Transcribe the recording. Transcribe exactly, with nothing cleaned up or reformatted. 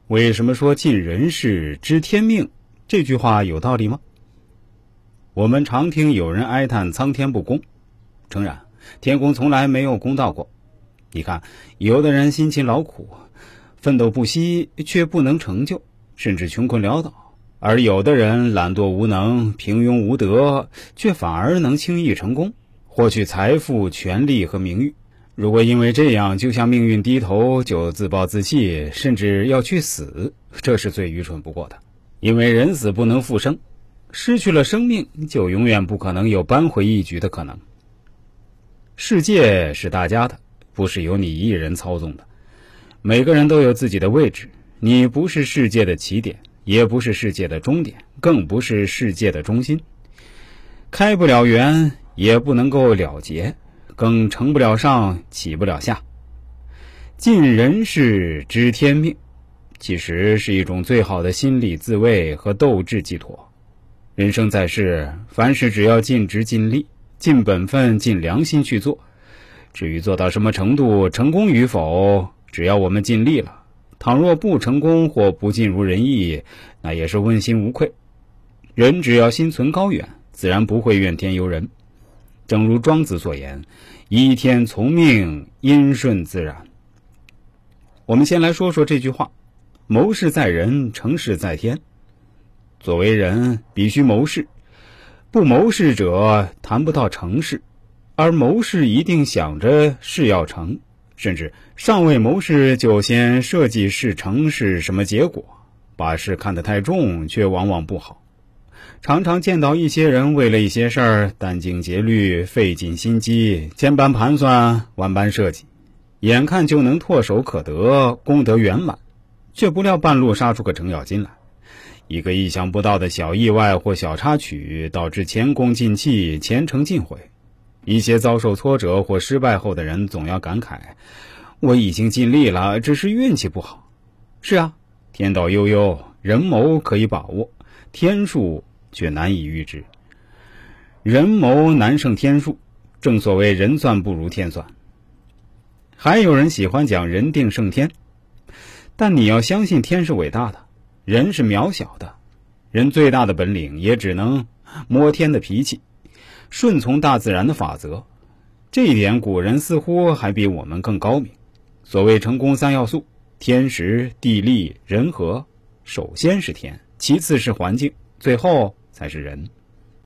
为什么说尽人事知天命这句话有道理吗？我们常听有人哀叹苍天不公，诚然，天公从来没有公道过。你看，有的人辛勤劳苦，奋斗不息，却不能成就，甚至穷困潦倒；而有的人懒惰无能，平庸无德，却反而能轻易成功，获取财富、权力和名誉。如果因为这样就向命运低头，就自暴自弃，甚至要去死，这是最愚蠢不过的。因为人死不能复生，失去了生命，就永远不可能有扳回一局的可能。世界是大家的，不是由你一人操纵的。每个人都有自己的位置，你不是世界的起点，也不是世界的终点，更不是世界的中心。开不了圆，也不能够了结，更成不了上，起不了下。尽人事知天命，其实是一种最好的心理自慰和斗志寄托。人生在世，凡事只要尽职尽力，尽本分，尽良心去做。至于做到什么程度，成功与否，只要我们尽力了，倘若不成功或不尽如人意，那也是问心无愧。人只要心存高远，自然不会怨天尤人。正如庄子所言，依天从命，因顺自然。我们先来说说这句话，谋事在人，成事在天。作为人，必须谋事，不谋事者谈不到成事，而谋事一定想着事要成，甚至尚未谋事就先设计事成是什么结果，把事看得太重，却往往不好。常常见到一些人为了一些事儿殚精竭虑，费尽心机，千般盘算，万般设计，眼看就能唾手可得，功德圆满，却不料半路杀出个程咬金来。一个意想不到的小意外或小插曲，导致前功尽弃，前程尽毁。一些遭受挫折或失败后的人总要感慨，我已经尽力了，只是运气不好。是啊，天道悠悠，人谋可以把握，天数却难以预知。人谋难胜天数，正所谓人算不如天算。还有人喜欢讲人定胜天，但你要相信天是伟大的，人是渺小的。人最大的本领也只能摸天的脾气，顺从大自然的法则。这一点古人似乎还比我们更高明。所谓成功三要素，天时地利人和，首先是天，其次是环境，最后才是人。